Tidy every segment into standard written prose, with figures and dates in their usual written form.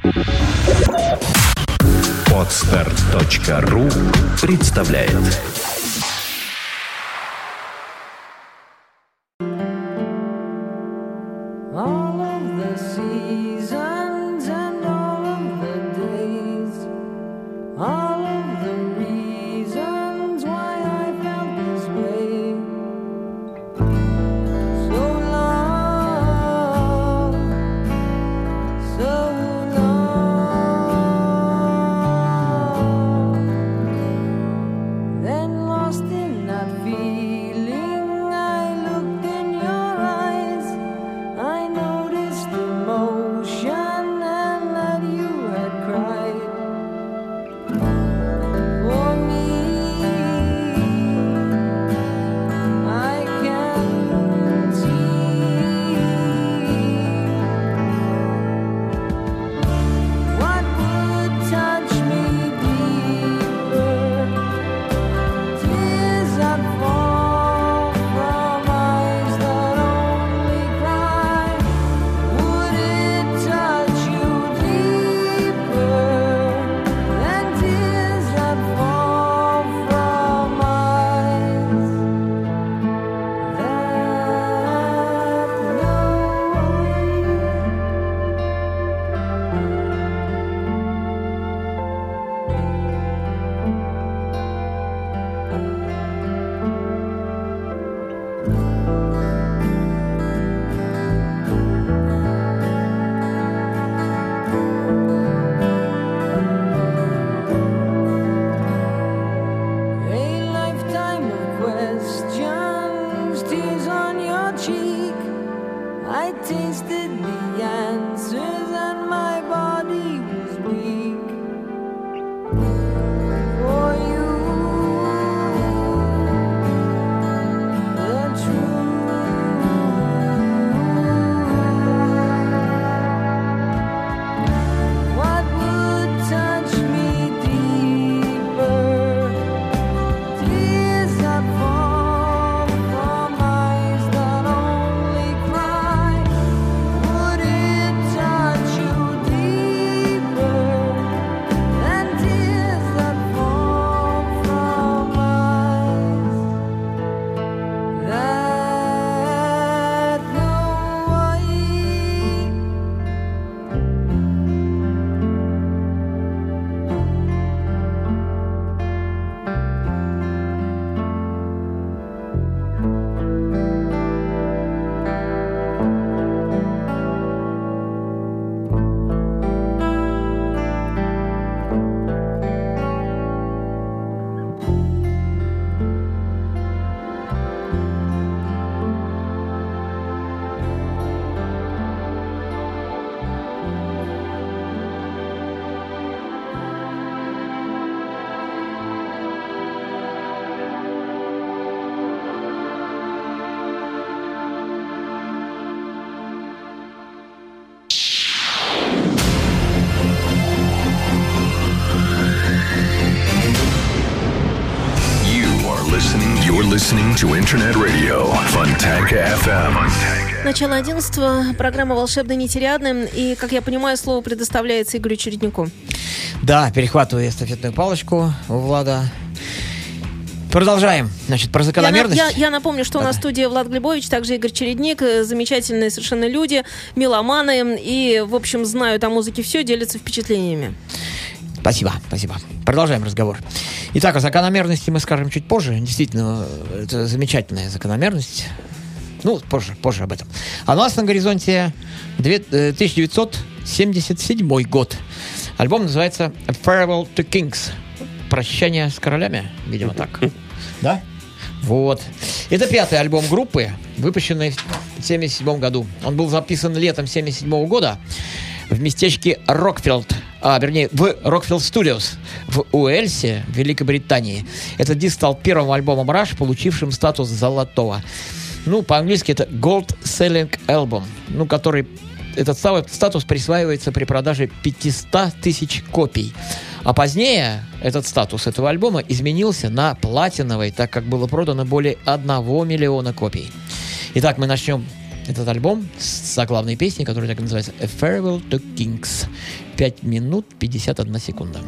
Podster.ru представляет. Listening to Internet Radio Fontanka FM. Начало 11-го. Программа «Волшебный нетериадный». И, как я понимаю, слово предоставляется Игорю Череднику. Да, перехватываю эстафетную палочку у Влада. Продолжаем. Значит, про закономерность. Я напомню, что у нас в студии Влад Глебович, также Игорь Чередник. Замечательные совершенно люди, меломаны. И, в общем, знают о музыке все, делятся впечатлениями. Спасибо. Продолжаем разговор. Итак, о закономерности мы скажем чуть позже. Действительно, это замечательная закономерность. Ну, позже об этом. А у нас на горизонте 1977 год. Альбом называется A Farewell to Kings. Прощание с королями, видимо, так. Да? Вот. Это 5-й альбом группы, выпущенный в 1977 году. Он был записан летом 1977 года в местечке Рокфилд, в Рокфилд Studios в Уэльсе, в Великобритании. Этот диск стал первым альбомом Rush, получившим статус золотого. Ну, по-английски это Gold Selling Album, который этот статус присваивается при продаже 500 тысяч копий. А позднее этот статус этого альбома изменился на платиновый, так как было продано более 1 миллиона копий. Итак, мы начнем этот альбом с заглавной песней, которая так и называется «A Farewell to Kings». 5 минут 51 секунда.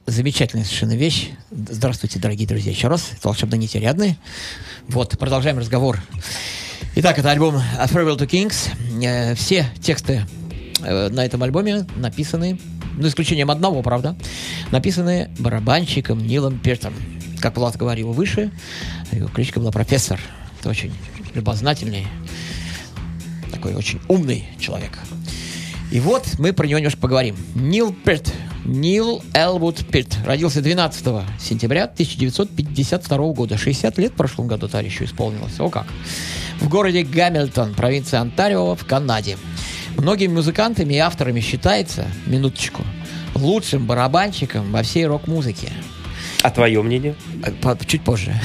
замечательная совершенно вещь. Здравствуйте, дорогие друзья, еще раз. Это «Волшебные нити Ариадны». Вот, продолжаем разговор. Итак, это альбом «A Farewell to Kings». Все тексты на этом альбоме написаны, за исключением одного, правда, написаны барабанщиком Нилом Пиртом. Как Влад говорил выше, его кличка была «Профессор». Это очень любознательный, такой очень умный человек. И вот мы про него немножко поговорим. Нил Пирт, Нил Элвуд Пирт, родился 12 сентября 1952 года. 60 лет в прошлом году товарищу исполнилось. О как! В городе Гамильтон, провинция Онтарио, в Канаде. Многими музыкантами и авторами считается, минуточку, лучшим барабанщиком во всей рок-музыке. А твое мнение? Чуть позже.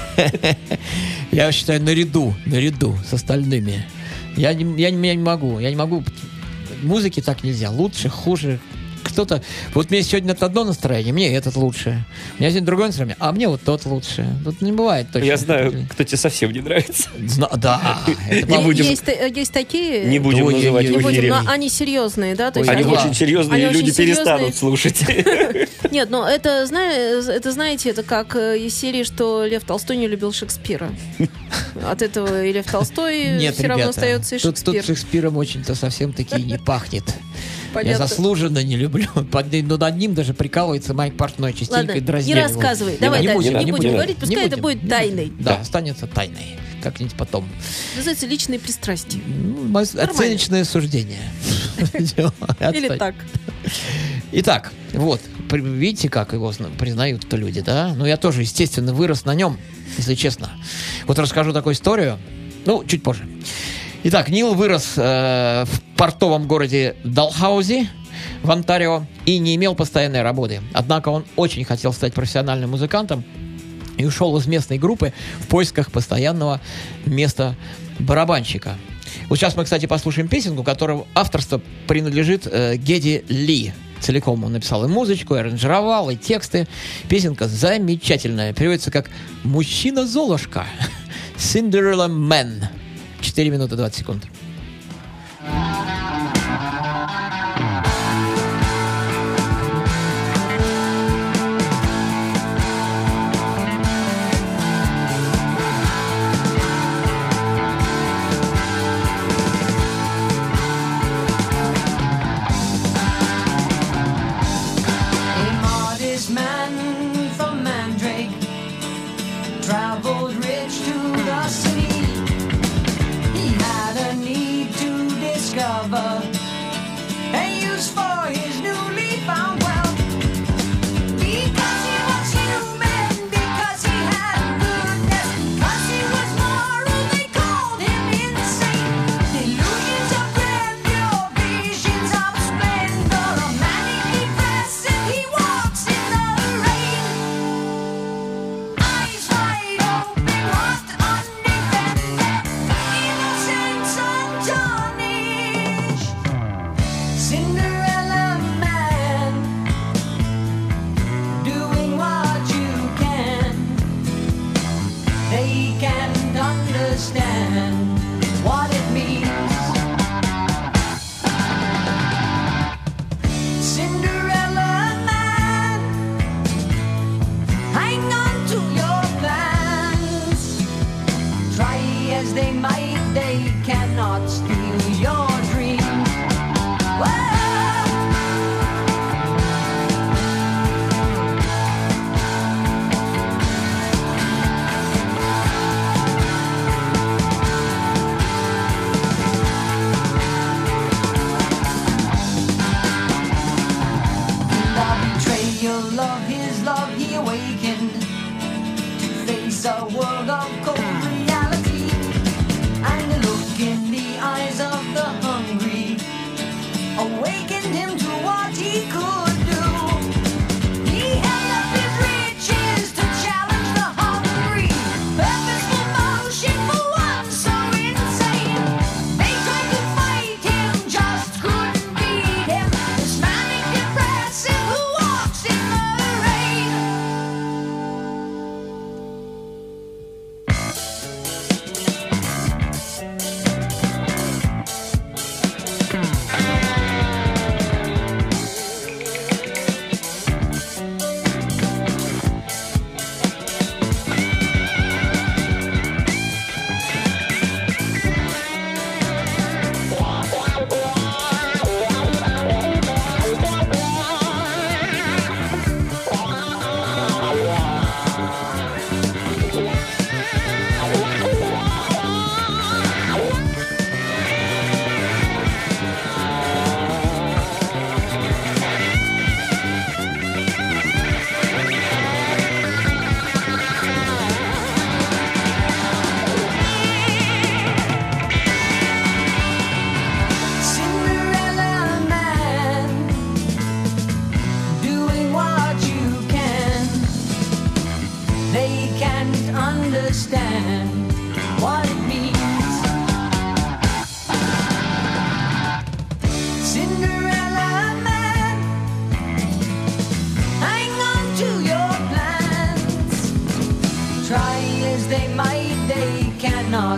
Я считаю, наряду с остальными. Я не могу. Музыки так нельзя. Лучше, хуже. Кто-то... Вот у меня сегодня одно настроение, мне этот лучше. У меня сегодня другое настроение, а мне вот тот лучше. Тут не бывает точно. Я знаю, кто тебе совсем не нравится. Да. Есть такие... Не будем называть в эфире. Но они серьезные, да? То есть они очень серьезные, и люди перестанут слушать. Нет, но это, знаете, это как из серии, что Лев Толстой не любил Шекспира. От этого и Лев Толстой все равно остается и Шекспир. Тут Шекспиром очень-то совсем-таки не пахнет. Понятно. Я заслуженно не люблю. Но над ним даже прикалывается Майк Портной, частенько дразнит. Не рассказывай. Давай дальше. Не будем говорить, пускай это будет тайной. Да, останется тайной. Как-нибудь потом. Называется личные пристрастия. Оценочное суждение. Или так. Итак, вот. Видите, как его признают-то люди, да? Ну, я тоже, естественно, вырос на нем, если честно. Вот расскажу такую историю. Ну, чуть позже. Итак, Нил вырос в портовом городе Далхаузи в Онтарио и не имел постоянной работы. Однако он очень хотел стать профессиональным музыкантом и ушел из местной группы в поисках постоянного места барабанщика. Вот сейчас мы, кстати, послушаем песенку, которого авторство принадлежит Геди Ли. Целиком он написал и музычку, и аранжировал, и тексты. Песенка замечательная. Переводится как «Мужчина-золушка». «Cinderella Man». 4 минуты 20 секунд.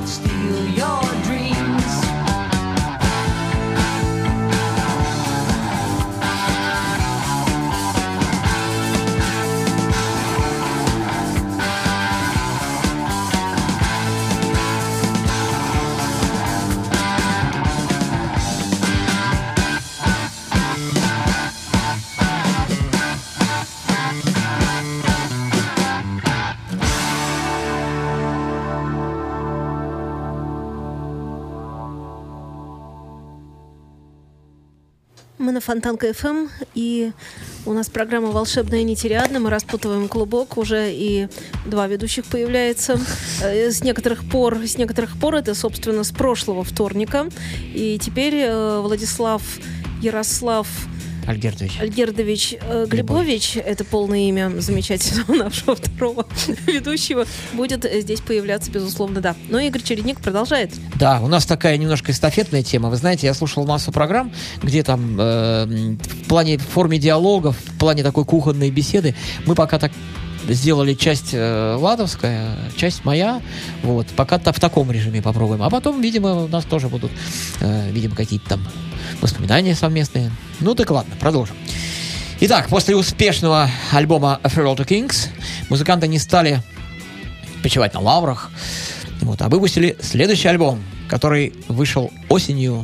not steal your dreams. Мы на Фонтанка ФМ, и у нас программа «Волшебная нить Ариадны». Мы распутываем клубок, уже и два ведущих появляется. С некоторых пор, это, собственно, с прошлого вторника. И теперь Владислав Ярослав Альгердович Глебович, это полное имя замечательного нашего второго ведущего, будет здесь появляться, безусловно, да. Но Игорь Чередник продолжает. Да, у нас такая немножко эстафетная тема. Вы знаете, я слушал массу программ, где там в форме диалогов, в плане такой кухонной беседы, мы пока так сделали часть ладовская, часть моя, вот, пока в таком режиме попробуем. А потом, видимо, у нас тоже будут, видимо, какие-то там воспоминания совместные. Ну так ладно, продолжим. Итак, после успешного альбома A Farewell to Kings музыканты не стали почивать на лаврах, вот, а выпустили следующий альбом, который вышел осенью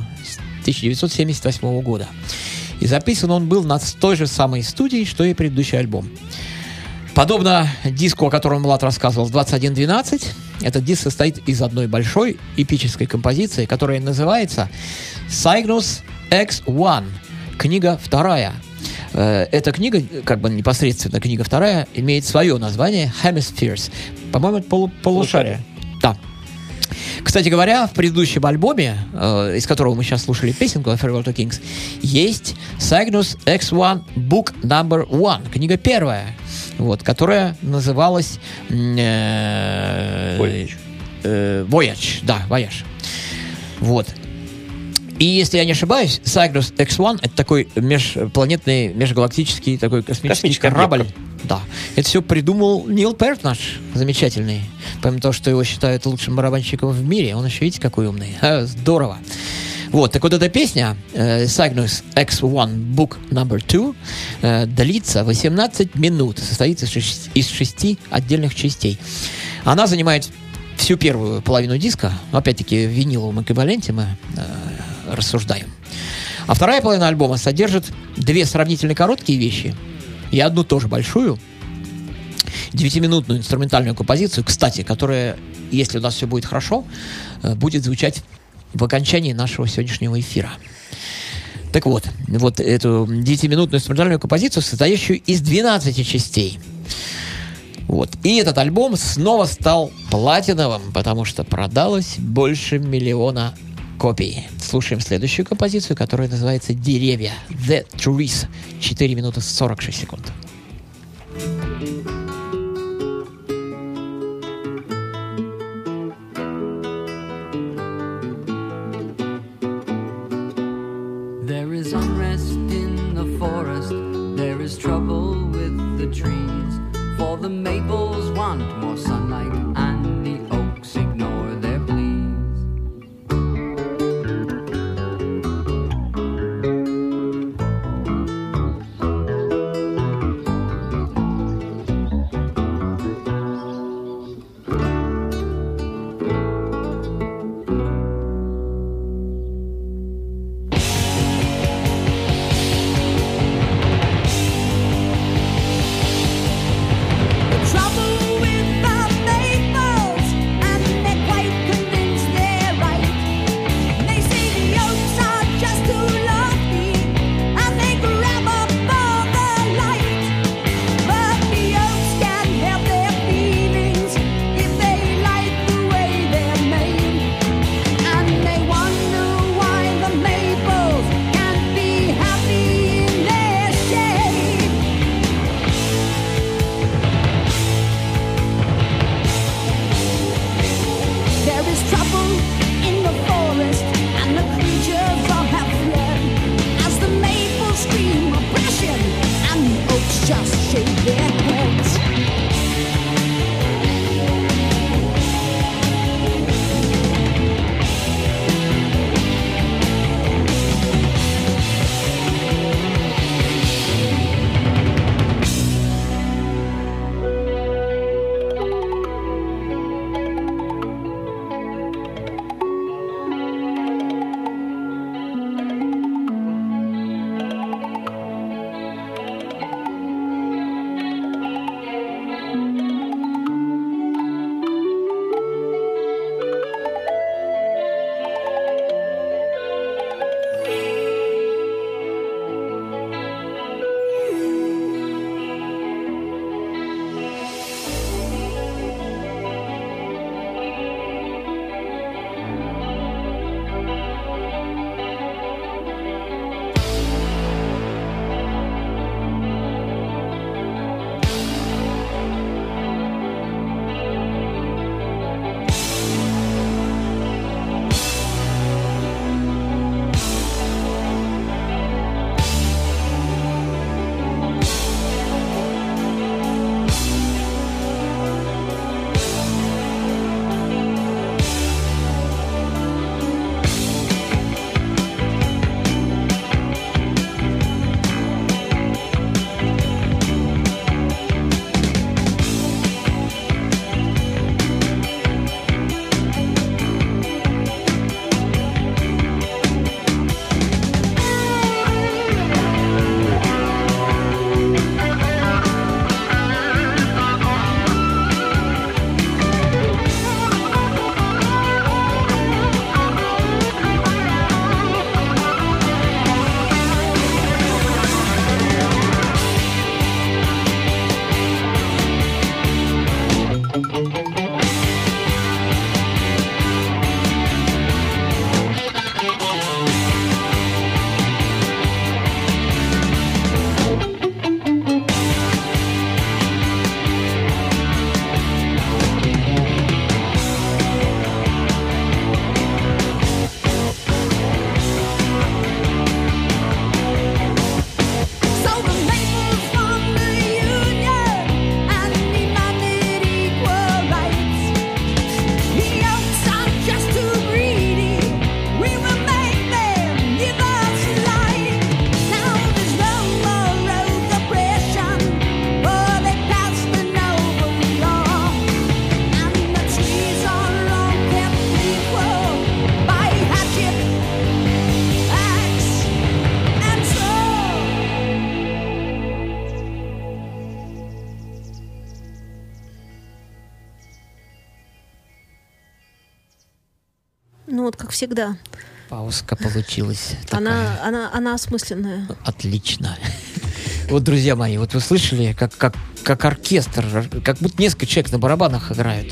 1978 года. И записан он был на той же самой студии, что и предыдущий альбом. Подобно диску, о котором Влад рассказывал, 2112, этот диск состоит из одной большой эпической композиции, которая называется Cygnus X1, книга вторая. Эта книга, как бы непосредственно книга вторая, имеет свое название Hemispheres. По-моему, это полушарие. Да. Кстати говоря, в предыдущем альбоме, из которого мы сейчас слушали песенку A Farewell to Kings, есть Cygnus X1 Book Number 1, книга первая, вот, которая называлась Voyage. Voyage. Вот. И если я не ошибаюсь, Cygnus X1 — это такой межпланетный, межгалактический такой космический корабль. Да. Это все придумал Нил Перт наш замечательный. Помимо того, что его считают лучшим барабанщиком в мире, он еще, видите, какой умный. Здорово. Вот, так вот эта песня Cygnus X1 Book Number 2 длится 18 минут, состоит из 6 отдельных частей. Она занимает всю первую половину диска, опять-таки в виниловом эквиваленте мы рассуждаем. А вторая половина альбома содержит две сравнительно короткие вещи и одну тоже большую 9-минутную инструментальную композицию, кстати, которая, если у нас все будет хорошо, будет звучать в окончании нашего сегодняшнего эфира. Так вот эту 9-минутную инструментальную композицию, состоящую из 12 частей. Вот. И этот альбом снова стал платиновым, потому что продалось больше 1 миллиона копий. Слушаем следующую композицию, которая называется «Деревья». The Trees. 4 минуты 46 секунд. There is unrest in the forest, there is trouble with the trees, for the maples want more sunlight and the oaks ignore their pleas. Trouble with the maples. Ну вот как всегда. Пауска получилась. Она осмысленная. Отлично. Вот, друзья мои, вот вы слышали, как оркестр, как будто несколько человек на барабанах играют.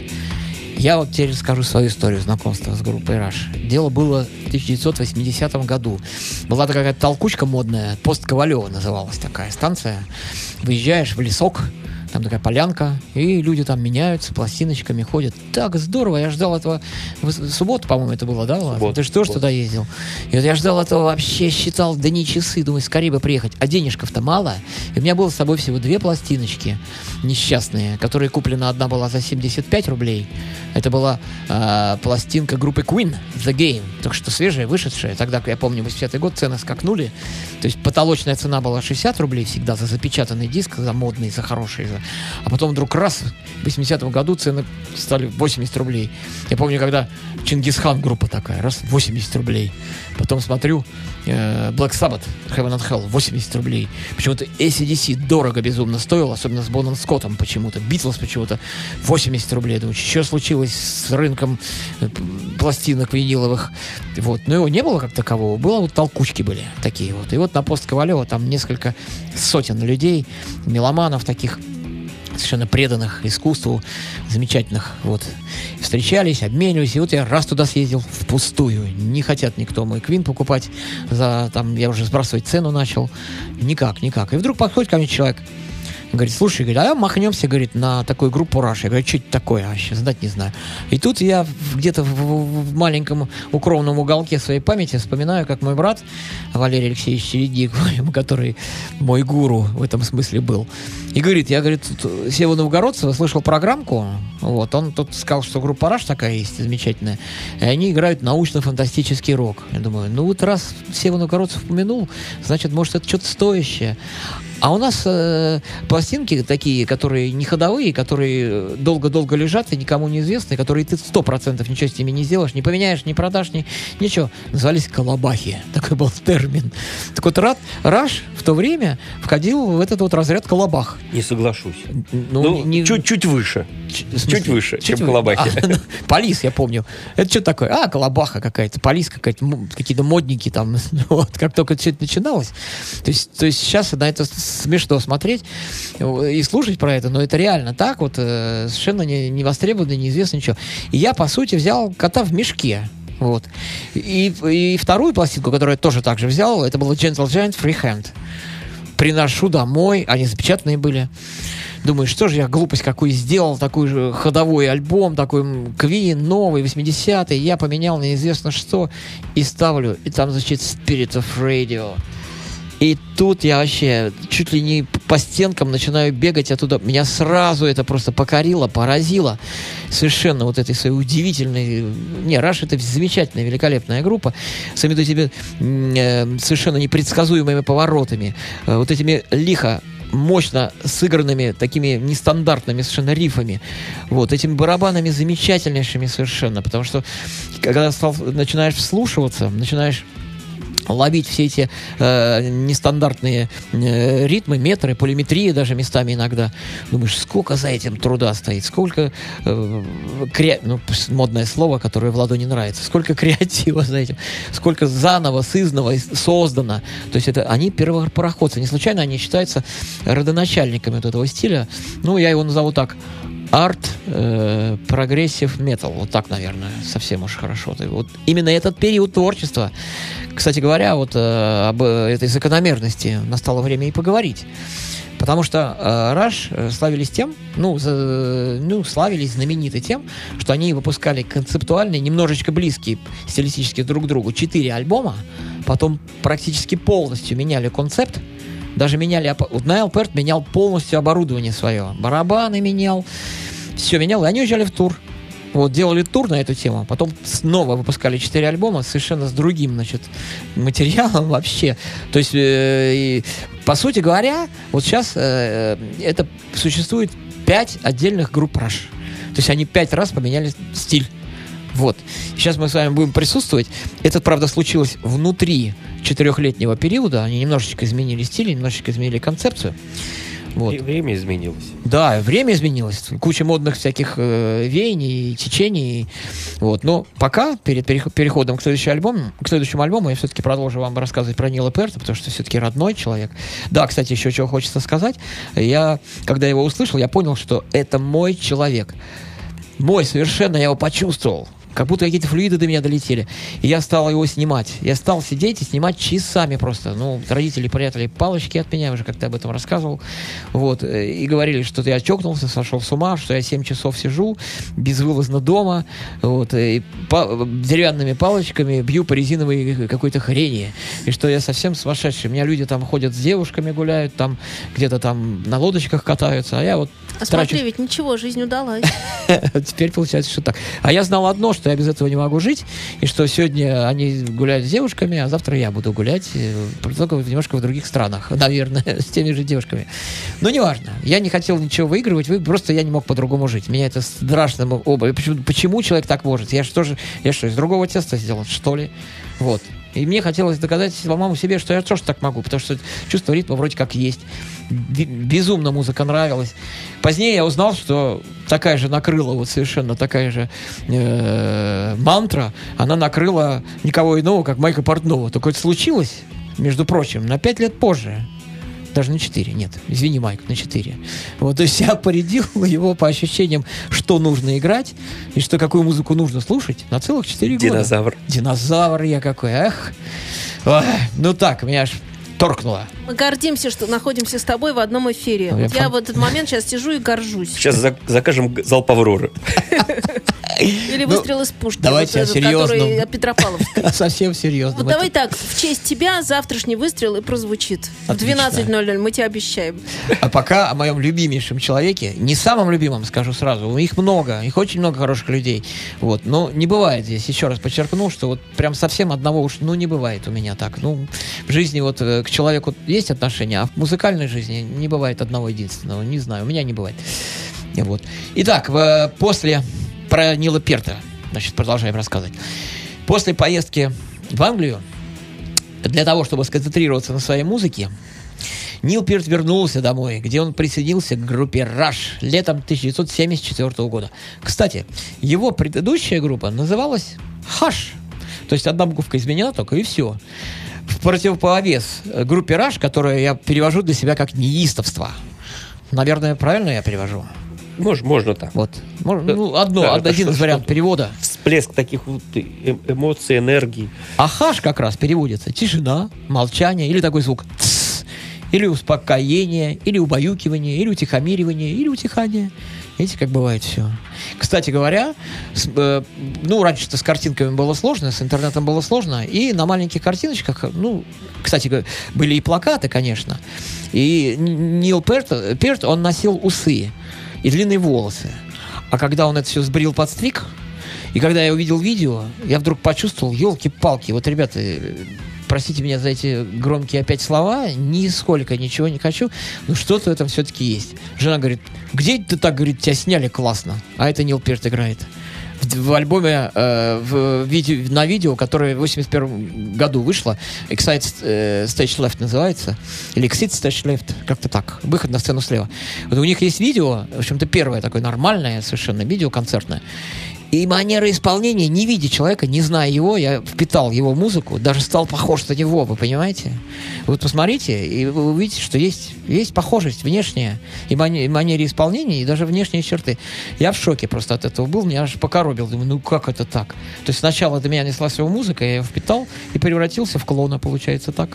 Я вот теперь расскажу свою историю знакомства с группой Rush. Дело было в 1980 году. Была такая толкучка модная, пост Ковалева называлась такая станция. Выезжаешь в лесок, там такая полянка, и люди там меняются, пластиночками ходят. Так здорово, я ждал этого. В субботу, по-моему, это было, да, Влад? Ты же тоже туда ездил. И вот я ждал этого вообще, считал, да не часы, думаю, скорее бы приехать. А денежков-то мало. И у меня было с собой всего 2 пластиночки несчастные, которые куплены, одна была за 75 рублей. Это была пластинка группы Queen, The Game. Только что свежая, вышедшая. Тогда, я помню, 80-й год, цены скакнули. То есть потолочная цена была 60 рублей всегда за запечатанный диск, за модный, за хороший, а потом вдруг раз, в 80-м году цены стали 80 рублей. Я помню, когда Чингисхан группа такая, раз, 80 рублей. Потом смотрю, Black Sabbath, Heaven and Hell, 80 рублей. Почему-то AC/DC дорого безумно стоил, особенно с Боном Скоттом почему-то. Beatles почему-то 80 рублей. Думаю, что случилось с рынком пластинок виниловых. Вот. Но его не было как такового. Было вот толкучки были такие вот. И вот на пост Ковалева там несколько сотен людей, меломанов таких, совершенно преданных искусству, замечательных, вот, встречались, обменивались, и вот я раз туда съездил впустую. Не хотят никто мой Queen покупать, там, я уже сбрасывать цену начал, никак. И вдруг подходит ко мне человек, говорит, слушай, говорит, а махнемся, говорит, на такую группу Rush. Я говорю, что это такое вообще, знать не знаю. И тут я где-то в маленьком укромном уголке своей памяти вспоминаю, как мой брат Валерий Алексеевич Чередник, который мой гуру в этом смысле был, и говорит, я, говорит, Сева Новгородцева слышал программку, вот, он тут сказал, что группа Rush такая есть замечательная, и они играют научно-фантастический рок. Я думаю, ну вот раз Сева Новгородцев упомянул, значит, может, это что-то стоящее. А у нас пластинки такие, которые не ходовые, которые долго-долго лежат и никому не известны, которые ты 100% ничего с ними не сделаешь, не поменяешь, не продашь, ничего. Назывались колобахи. Такой был термин. Так вот, Rush в то время входил в этот вот разряд колобах. Не соглашусь. Чуть выше. Чуть выше, чем колобахи. Полис, я помню. Это что такое? Колобаха какая-то, полис какая-то, какие-то модники там. Вот, как только все это начиналось. То есть сейчас на это смешно смотреть и слушать про это, но это реально так вот, совершенно не востребовано, неизвестно ничего. И я, по сути, взял кота в мешке. Вот. И вторую пластинку, которую я тоже так же взял, это была Gentle Giant Freehand. Приношу домой, они запечатанные были. Думаю, что же я глупость какую сделал, такой же ходовой альбом, такой Queen, новый, 80-й, я поменял неизвестно что, и ставлю, и там звучит Spirit of Radio. И тут я вообще чуть ли не по стенкам начинаю бегать оттуда. Меня сразу это просто покорило, поразило. Совершенно вот этой своей удивительной... Rush — это замечательная, великолепная группа с этими совершенно непредсказуемыми поворотами. Вот этими лихо, мощно сыгранными, такими нестандартными совершенно рифами. Вот, этими барабанами замечательнейшими совершенно. Потому что, когда начинаешь вслушиваться, начинаешь ловить все эти нестандартные ритмы, метры, полиметрии даже местами иногда. Думаешь, сколько за этим труда стоит, сколько модное слово, которое Владу не нравится, сколько креатива за этим, сколько заново, сызнова создано. То есть это они первопроходцы. Не случайно они считаются родоначальниками вот этого стиля. Я его назову так: арт, прогрессив метал. Вот так, наверное, совсем уж хорошо. Вот именно этот период творчества. Кстати говоря, вот об этой закономерности настало время и поговорить. Потому что Rush славились тем, славились знамениты тем, что они выпускали концептуальные, немножечко близкие стилистически друг к другу 4 альбома, потом практически полностью меняли концепт, даже меняли... Вот Найл Перт менял полностью оборудование свое, барабаны менял, все менял, и они уезжали в тур. Вот, делали тур на эту тему, потом снова выпускали 4 альбома совершенно с другим, материалом вообще. То есть, по сути говоря, вот сейчас это существует 5 отдельных групп Rush. То есть они 5 раз поменяли стиль. Вот. Сейчас мы с вами будем присутствовать. Это, правда, случилось внутри 4-летнего периода. Они немножечко изменили стиль, немножечко изменили концепцию. Вот. Время изменилось. Да, время изменилось. Куча модных всяких веяний и течений. Вот. Но пока, перед переходом к следующему альбому, я все-таки продолжу вам рассказывать про Нила Перта, потому что все-таки родной человек. Да, кстати, еще чего хочется сказать. Когда его услышал, я понял, что это мой человек. Мой совершенно, я его почувствовал. Как будто какие-то флюиды до меня долетели. И я стал его снимать. Я стал сидеть и снимать часами просто. Ну, родители прятали палочки от меня, уже как-то об этом рассказывал. Вот. И говорили, что я чокнулся, сошел с ума, что я 7 часов сижу безвылазно дома, вот, и деревянными палочками бью по резиновой какой-то хрени. И что я совсем сумасшедший. У меня люди там ходят с девушками, гуляют, там где-то там на лодочках катаются, а я вот... смотри, ведь ничего, жизнь удалась. Теперь получается, что так. А я знал одно, что я без этого не могу жить, и что сегодня они гуляют с девушками, а завтра я буду гулять, только немножко в других странах, наверное, с теми же девушками. Но неважно. Я не хотел ничего выигрывать, просто я не мог по-другому жить. Меня это страшно оба. Почему человек так может? Я что, из другого теста сделал, что ли? Вот. И мне хотелось доказать самому себе, что я тоже так могу, потому что чувство ритма вроде как есть. Безумно музыка нравилась. Позднее я узнал, что такая же накрыла, вот совершенно такая же мантра, она накрыла никого иного, как Майка Портнова. Только это случилось, между прочим, на 5 лет позже. Даже на 4, нет, извини, Майк, на 4. Вот, то есть я поредил его по ощущениям, что нужно играть и что какую музыку нужно слушать на целых 4 года. Динозавр я какой, эх. Ой, ну так, меня аж торкнуло. Мы гордимся, что находимся с тобой в одном эфире. Я в этот момент сейчас сижу и горжусь. Сейчас закажем залп Авроры. Или выстрел из пушки. Давайте серьезно. Который от Петропавловска. Совсем серьезно. Вот давай так, в честь тебя завтрашний выстрел и прозвучит. В 12:00, мы тебе обещаем. А пока о моем любимейшем человеке, не самом любимом, скажу сразу, их много, их очень много хороших людей. Вот. Но не бывает здесь, еще раз подчеркну, что вот прям совсем одного уж, не бывает у меня так. В жизни вот к человеку есть отношения, а в музыкальной жизни не бывает одного единственного. Не знаю, у меня не бывает. Вот. Итак, про Нила Перта, значит, продолжаем рассказывать. После поездки в Англию, для того, чтобы сконцентрироваться на своей музыке, Нил Перт вернулся домой, где он присоединился к группе Rush летом 1974 года. Кстати, его предыдущая группа называлась Hush. То есть одна буковка изменена только, и все. В противовес группе Rush, которую я перевожу для себя как неистовство. Наверное, правильно я перевожу? Можно так. Вот. Один из вариантов перевода. Всплеск таких вот эмоций, энергии. А хаш как раз переводится тишина, молчание, или такой звук «тсс», или успокоение, или убаюкивание, или утихомиривание, или утихание. Видите, как бывает все. Кстати говоря, раньше-то с картинками было сложно, с интернетом было сложно, и на маленьких картиночках, кстати, были и плакаты, конечно. И Нил Перт, он носил усы и длинные волосы. А когда он это все сбрил, подстриг, и когда я увидел видео, я вдруг почувствовал, елки-палки, вот, ребята, простите меня за эти громкие опять слова, нисколько ничего не хочу, но что-то в этом все-таки есть. Жена говорит, где ты так, говорит, тебя сняли классно? А это Нил Перт играет. В альбоме, на видео, которое в 1981 году вышло, Excite Stage Left называется, или Exit Stage Left, как-то так, выход на сцену слева. Вот у них есть видео, в общем-то, первое такое нормальное совершенно видео, концертное. И манера исполнения, не видя человека, не зная его, я впитал его музыку, даже стал похож на него, вы понимаете? Вот посмотрите, и вы увидите, что есть похожесть внешняя, и манере исполнения, и даже внешние черты. Я в шоке просто от этого был, меня аж покоробил. Думаю, как это так? То есть сначала до меня неслась его музыка, я ее впитал и превратился в клоуна, получается так.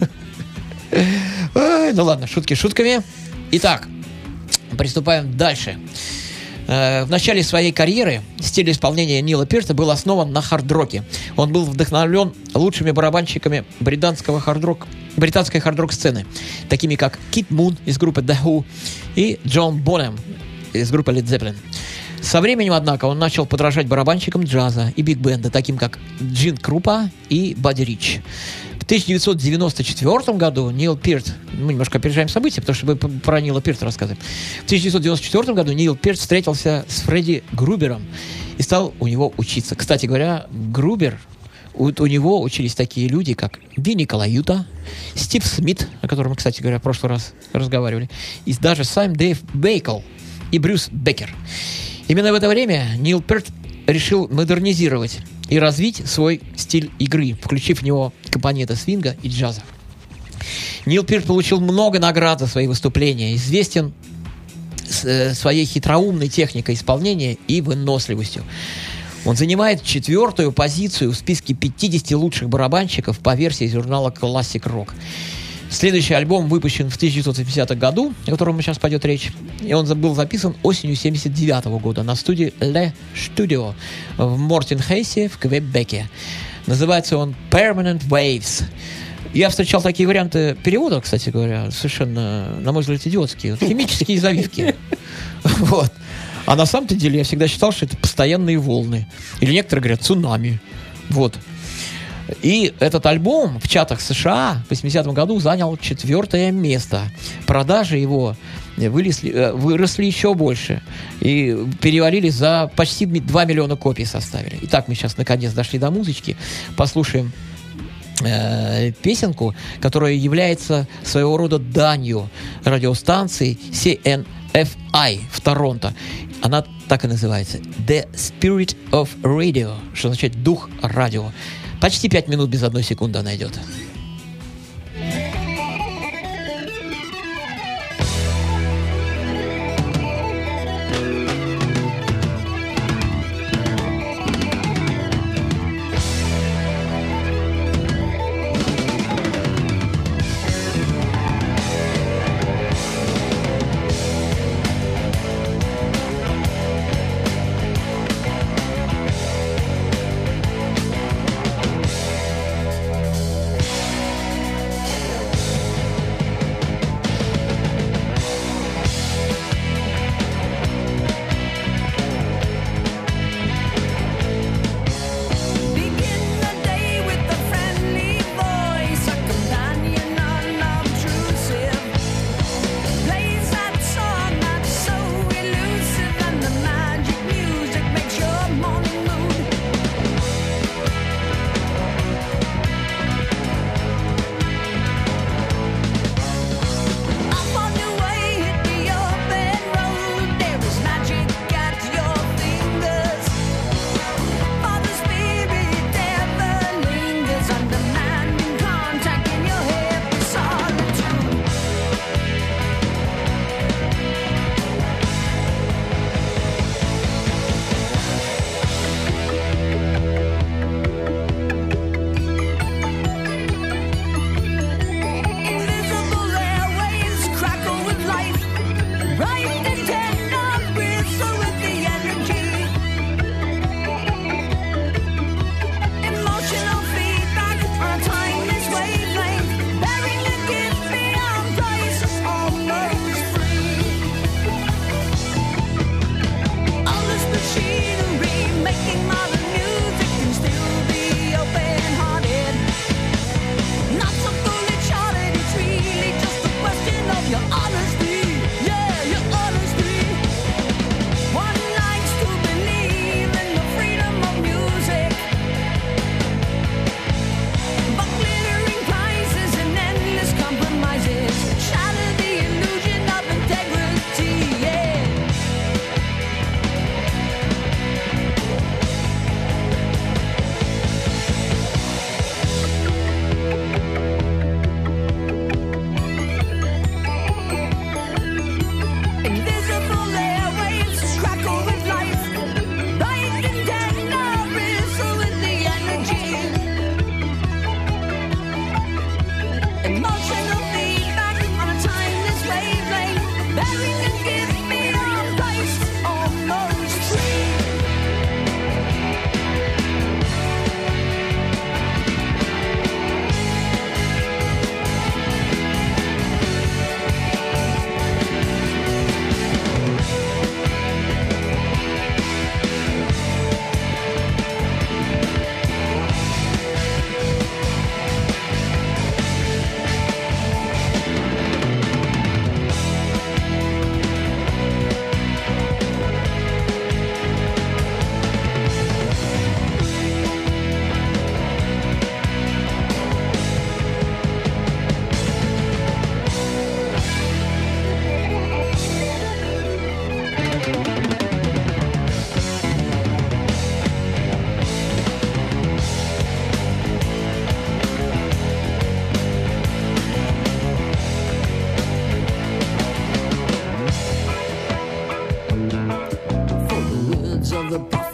Ну ладно, шутки шутками. Итак, приступаем дальше. В начале своей карьеры стиль исполнения Нила Перта был основан на хард-роке. Он был вдохновлен лучшими барабанщиками британской хард-рок сцены, такими как Кит Мун из группы The Who и Джон Бонем из группы Led Zeppelin. Со временем, однако, он начал подражать барабанщикам джаза и биг-бенда, таким как Джин Крупа и Бадди Рич. В 1994 году Нил Перт, мы немножко опережаем события, потому что мы про Нила Перта рассказываем. В 1994 году Нил Перт встретился с Фредди Грубером и стал у него учиться. Кстати говоря, Грубер у него учились такие люди, как Винни Колаюта, Стив Смит, о котором мы, кстати говоря, в прошлый раз разговаривали, и даже сам Дэйв Бейкл и Брюс Беккер. Именно в это время Нил Перт решил модернизировать и развить свой стиль игры, включив в него компоненты свинга и джаза. Нил Перт получил много наград за свои выступления, известен своей хитроумной техникой исполнения и выносливостью. Он занимает 4-ю позицию в списке 50 лучших барабанщиков по версии журнала Classic Rock. Следующий альбом выпущен в 1970 году, о котором сейчас пойдет речь, и он был записан осенью 1979 года на студии Le Studio в Мортенхейсе в Квебеке. Называется он Permanent Waves. Я встречал такие варианты перевода, кстати говоря, совершенно, на мой взгляд, идиотские. Химические завивки. Вот. А на самом-то деле я всегда считал, что это постоянные волны. Или некоторые говорят цунами. Вот. И этот альбом в чатах США в 80-м году занял 4-е место. Продажи его выросли еще больше. И перевалили за почти 2 миллиона копий составили. Итак, мы сейчас наконец дошли до музычки. Послушаем песенку, которая является своего рода данью радиостанции CNFI в Торонто. Она так и называется The Spirit of Radio, что означает дух радио. Почти 5 минут без 1 секунды она идет.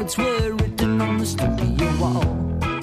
words were written on the studio wall.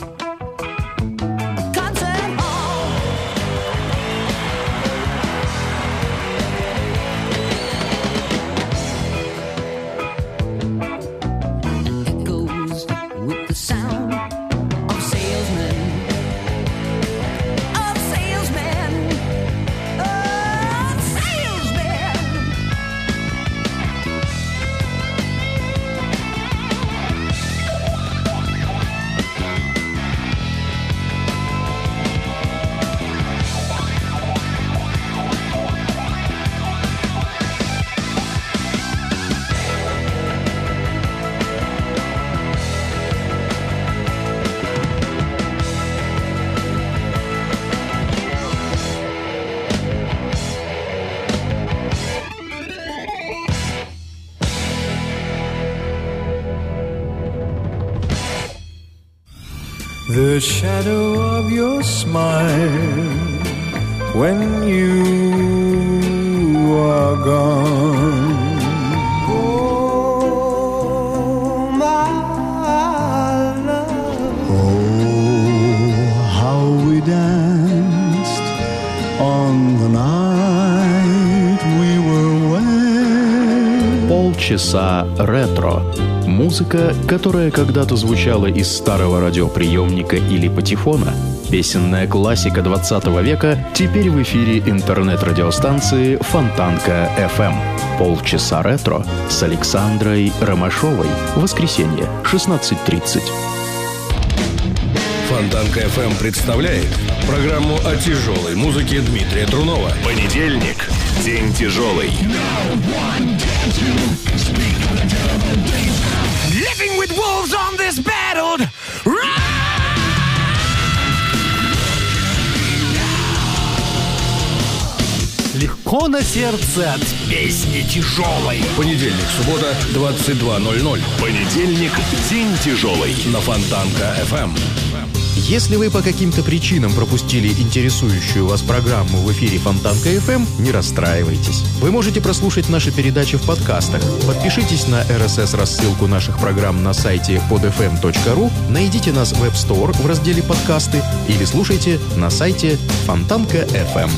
The shadow of your smile when you are gone. Oh, my love. Oh, how we danced on the night we were wed. Полчаса ретро. Музыка, которая когда-то звучала из старого радиоприемника или патефона, песенная классика 20 века, теперь в эфире интернет-радиостанции Фонтанка FM. Полчаса ретро с Александрой Ромашовой. Воскресенье, 16:30. Фонтанка FM представляет программу о тяжелой музыке Дмитрия Трунова. Понедельник. День тяжелый. Living with wolves on this battle. Легко на сердце от песни тяжелой. Понедельник, суббота, 22:00. Понедельник. День тяжелый. На Фонтанка FM. Если вы по каким-то причинам пропустили интересующую вас программу в эфире Фонтанка FM, не расстраивайтесь. Вы можете прослушать наши передачи в подкастах. Подпишитесь на RSS-рассылку наших программ на сайте podfm.ru, найдите нас в App Store в разделе «Подкасты» или слушайте на сайте Фонтанка FM.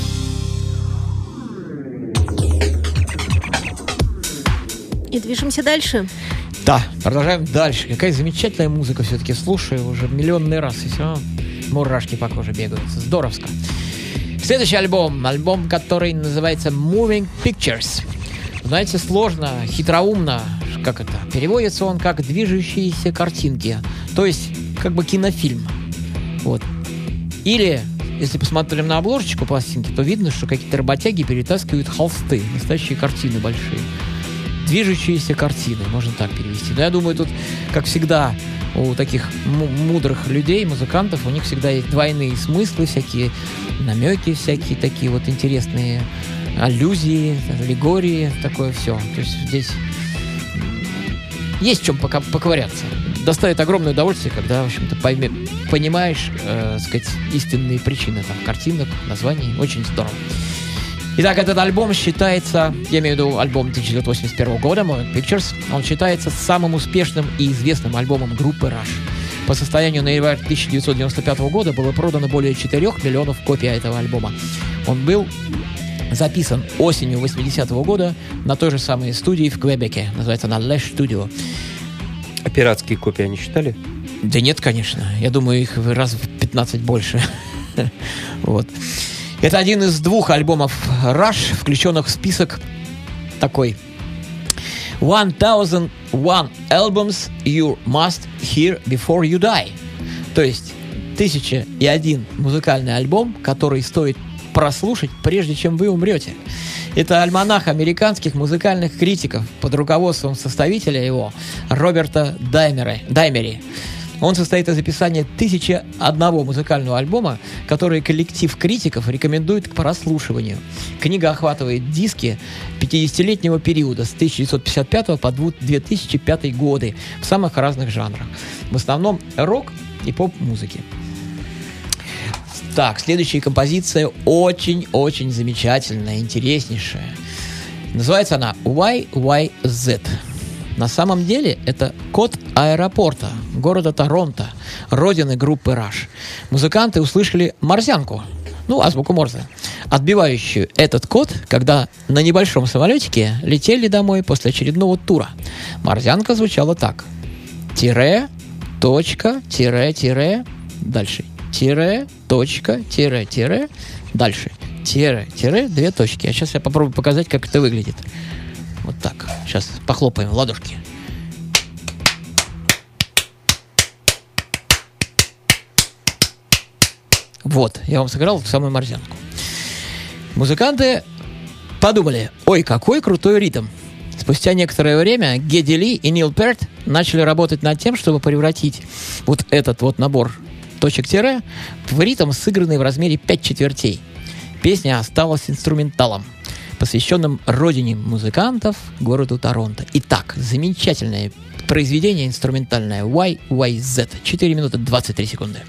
И движемся дальше. Да, продолжаем дальше. Какая замечательная музыка все-таки. Слушаю уже миллионный раз, и все мурашки по коже бегают. Здоровско. Следующий альбом, который называется Moving Pictures. Знаете, сложно, хитроумно, как это, переводится он как «движущиеся картинки», то есть как бы кинофильм. Вот. Или, если посмотрим на обложечку пластинки, то видно, что какие-то работяги перетаскивают холсты, настоящие картины большие. Движущиеся картины, можно так перевести. Но я думаю, тут, как всегда, у таких мудрых людей, музыкантов, у них всегда есть двойные смыслы, всякие намеки, всякие такие вот интересные аллюзии, аллегории, такое все. То есть здесь есть в чем поковыряться. Доставит огромное удовольствие, когда, в общем-то, понимаешь, сказать, истинные причины там картинок, названий. Очень здорово. Итак, этот альбом считается, я имею в виду альбом 1981 года, Moving Pictures, он считается самым успешным и известным альбомом группы Rush. По состоянию на январь 1995 года было продано более 4 миллионов копий этого альбома. Он был записан осенью 80-го года на той же самой студии в Квебеке, называется она Lash Studio. А пиратские копии они читали? Да нет, конечно. Я думаю, их раз в 15 больше. Вот. Это один из 2 альбомов Rush, включенных в список такой 1001 albums you must hear before you die. То есть 1001 музыкальный альбом, который стоит прослушать, прежде чем вы умрете. Это альманах американских музыкальных критиков под руководством составителя его Роберта Даймери. Он состоит из описания 1001 музыкального альбома, который коллектив критиков рекомендует к прослушиванию. Книга охватывает диски 50-летнего периода с 1955 по 2005 годы в самых разных жанрах. В основном рок и поп-музыки. Так, следующая композиция очень-очень замечательная, интереснейшая. Называется она YYZ. На самом деле это код аэропорта города Торонто, родины группы Rush. Музыканты услышали морзянку, азбуку Морзе, отбивающую этот код, когда на небольшом самолетике летели домой после очередного тура. Морзянка звучала так. Тире, точка, тире, тире, дальше. Тире, точка, тире, тире, дальше. Тире, тире, 2 точки. А сейчас я попробую показать, как это выглядит. Вот так. Сейчас похлопаем в ладошки. Вот, я вам сыграл самую морзянку. Музыканты подумали, ой, какой крутой ритм. Спустя некоторое время Гедди Ли и Нил Перт начали работать над тем, чтобы превратить вот этот вот набор точек-тире в ритм, сыгранный в размере 5/4. Песня осталась инструменталом, посвященным родине музыкантов, городу Торонто. Итак, замечательное произведение инструментальное YYZ. 4 минуты 23 секунды.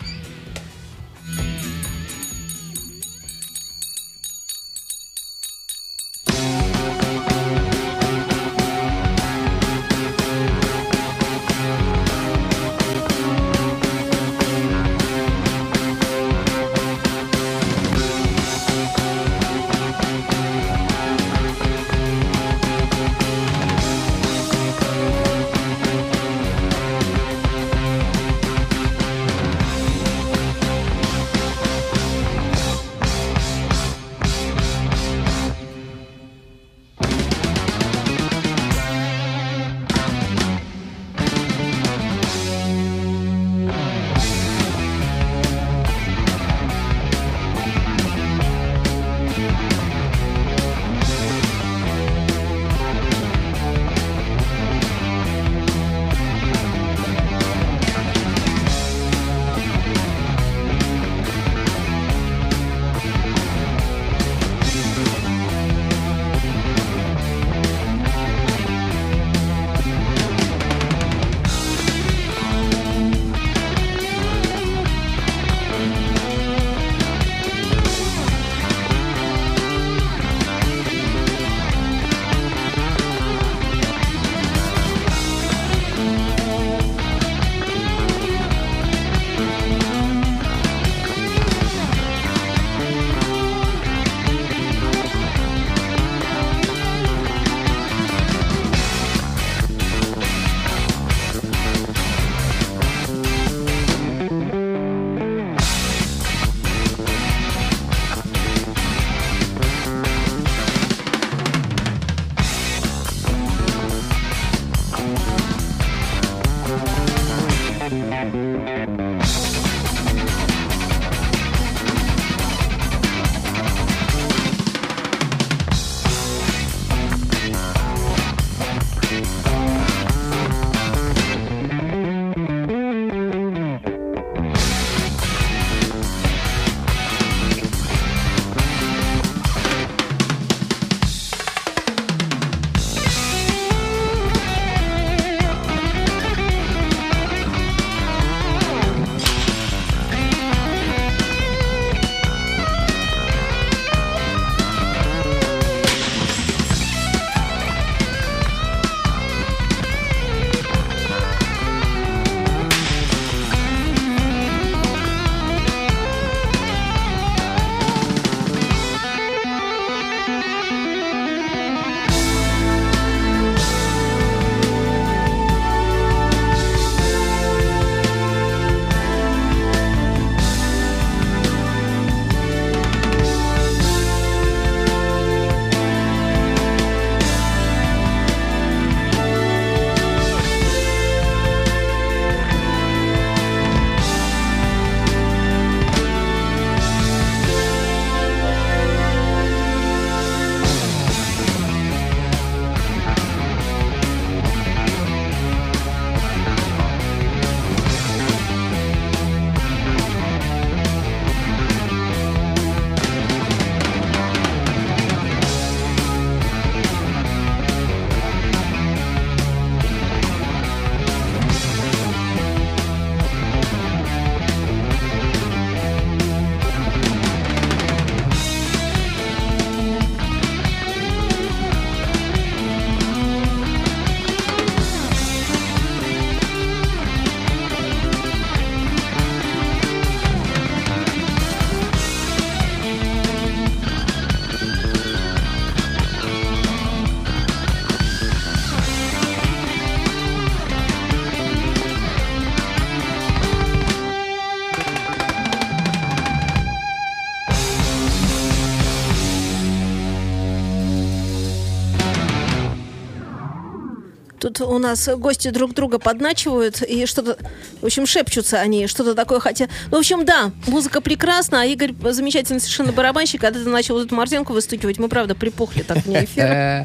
Тут у нас гости друг друга подначивают и что-то, в общем, шепчутся они, что-то такое хотя... Ну, в общем, да, музыка прекрасна, а Игорь замечательный совершенно барабанщик. Когда ты начал вот эту Мартинку выстукивать, мы, правда, припухли так вне эфира.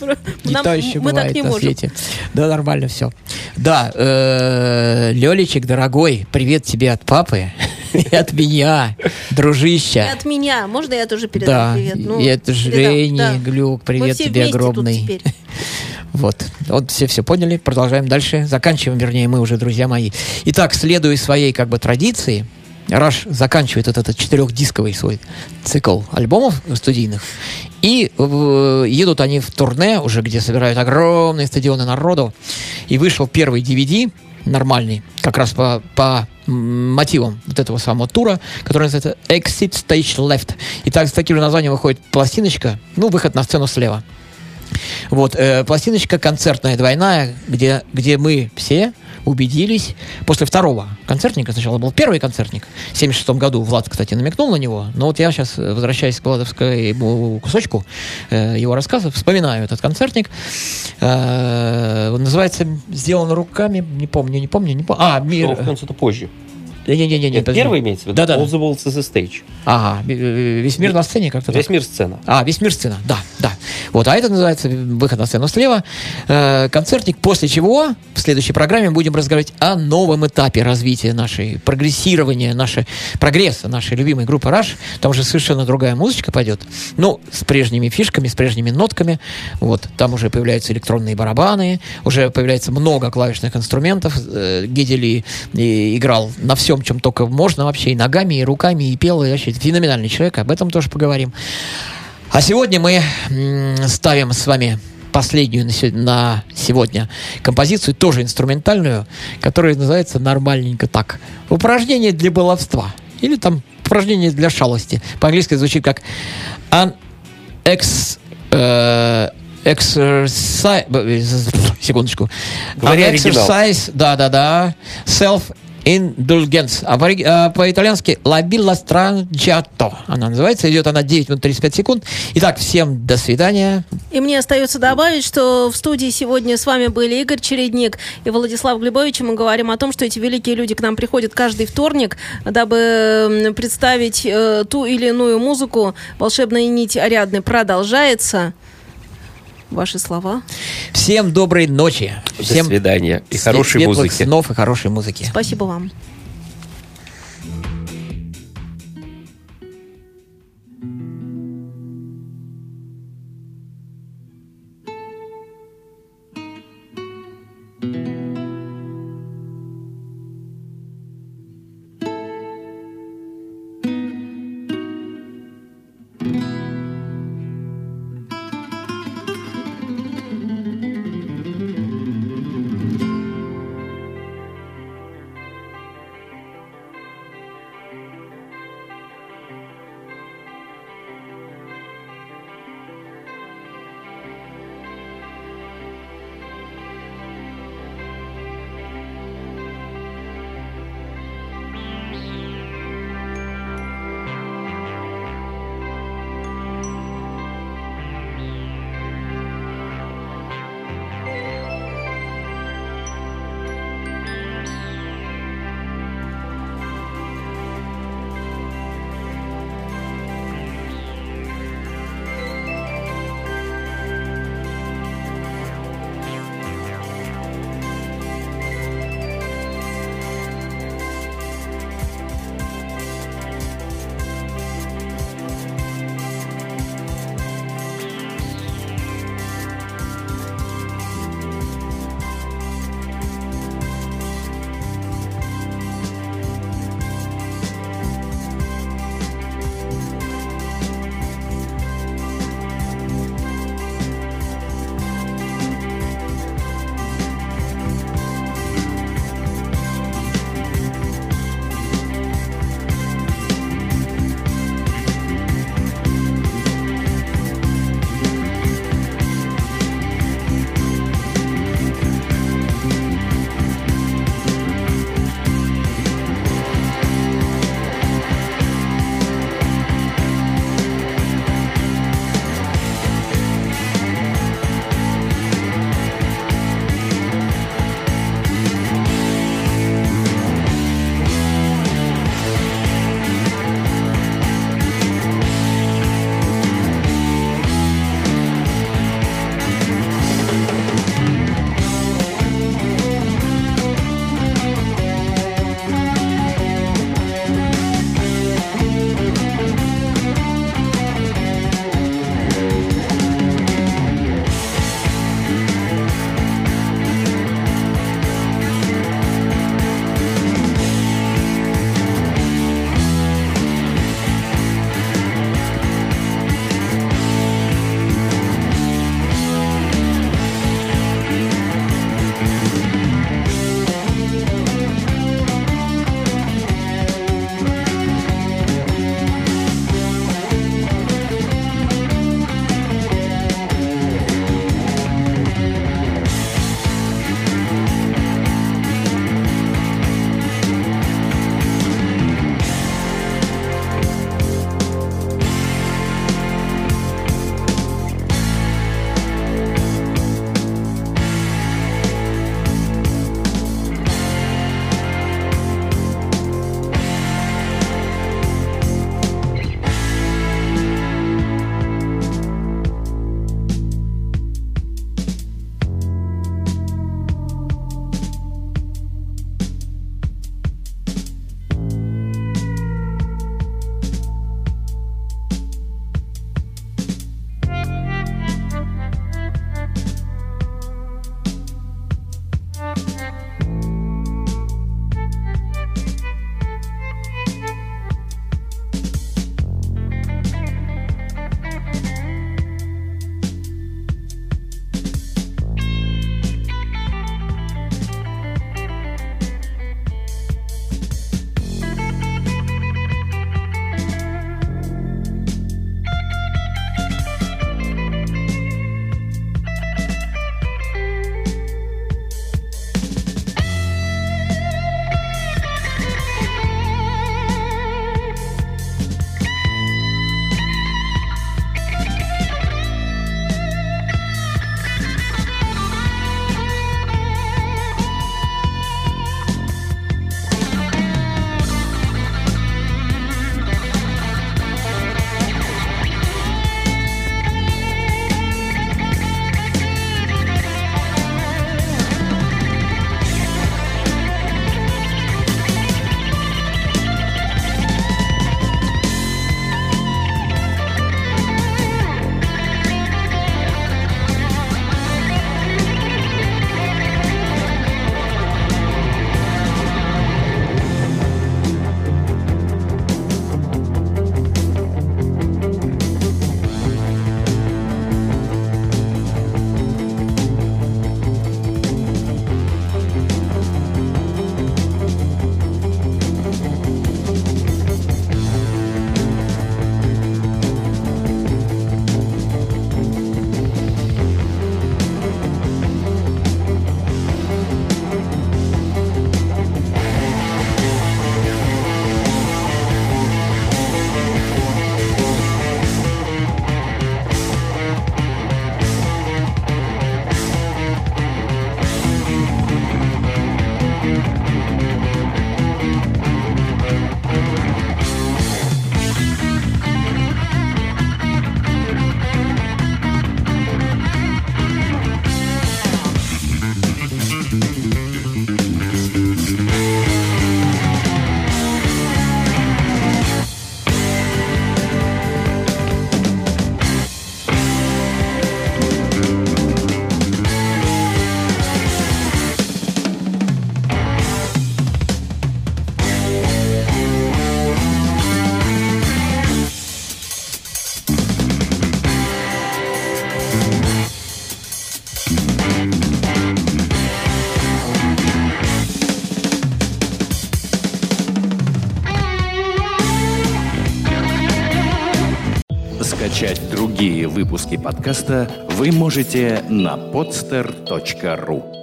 Мы так не можем. Да, нормально все. Да, Лёлечек, дорогой, привет тебе от папы. И от меня, дружище. И от меня. Можно я тоже передам привет? И от Жени, Глюк, привет тебе огромный. Вот все поняли, продолжаем дальше. Заканчиваем, вернее, мы уже, друзья мои. Итак, следуя своей как бы традиции, Rush заканчивает вот этот 4-дисковый свой цикл альбомов студийных. И едут они в турне, уже где собирают огромные стадионы народу. И вышел первый DVD, нормальный, как раз по мотивам вот этого самого тура, который называется Exit Stage Left. И так, с таким же названием выходит пластиночка, выход на сцену слева. Вот, пластиночка концертная, двойная, где мы все убедились после второго концертника. Сначала был первый концертник в 1976 году. Влад, кстати, намекнул на него. Но вот я сейчас, возвращаясь к Владовскому кусочку его рассказа, вспоминаю этот концертник. Называется «Сделано руками». Не помню. «Мир». Это позже. Не, первый имеется в виду? Да. All the World is a Stage. Ага, «Весь мир на сцене» как-то «Весь мир сцена». «Весь мир сцена», да. Вот, а это называется «Выход на сцену слева». Концертник, после чего в следующей программе будем разговаривать о новом этапе развития прогресса нашей любимой группы Rush. Там уже совершенно другая музычка пойдет. С прежними фишками, с прежними нотками. Вот, там уже появляются электронные барабаны, уже появляется много клавишных инструментов. Геди Ли играл на всем, чем только можно вообще, и ногами, и руками, и пел, и вообще феноменальный человек, об этом тоже поговорим. А сегодня мы ставим с вами последнюю на сегодня композицию, тоже инструментальную, которая называется нормальненько так: «Упражнение для баловства» или там «Упражнение для шалости». По-английски звучит как секундочку. Exercise, self-indulgence. По-итальянски «La Villa Strangiato» она называется. Идет она 9 минут 35 секунд. Итак, всем до свидания. И мне остается добавить, что в студии сегодня с вами были Игорь Чередник и Владислав Глебович. И мы говорим о том, что эти великие люди к нам приходят каждый вторник, дабы представить ту или иную музыку. «Волшебная нить Ариадны» продолжается. Ваши слова. Всем доброй ночи. До свидания. И хорошей музыки. Снов и хорошей музыки. Спасибо вам. Скачать другие выпуски подкаста вы можете на podster.ru.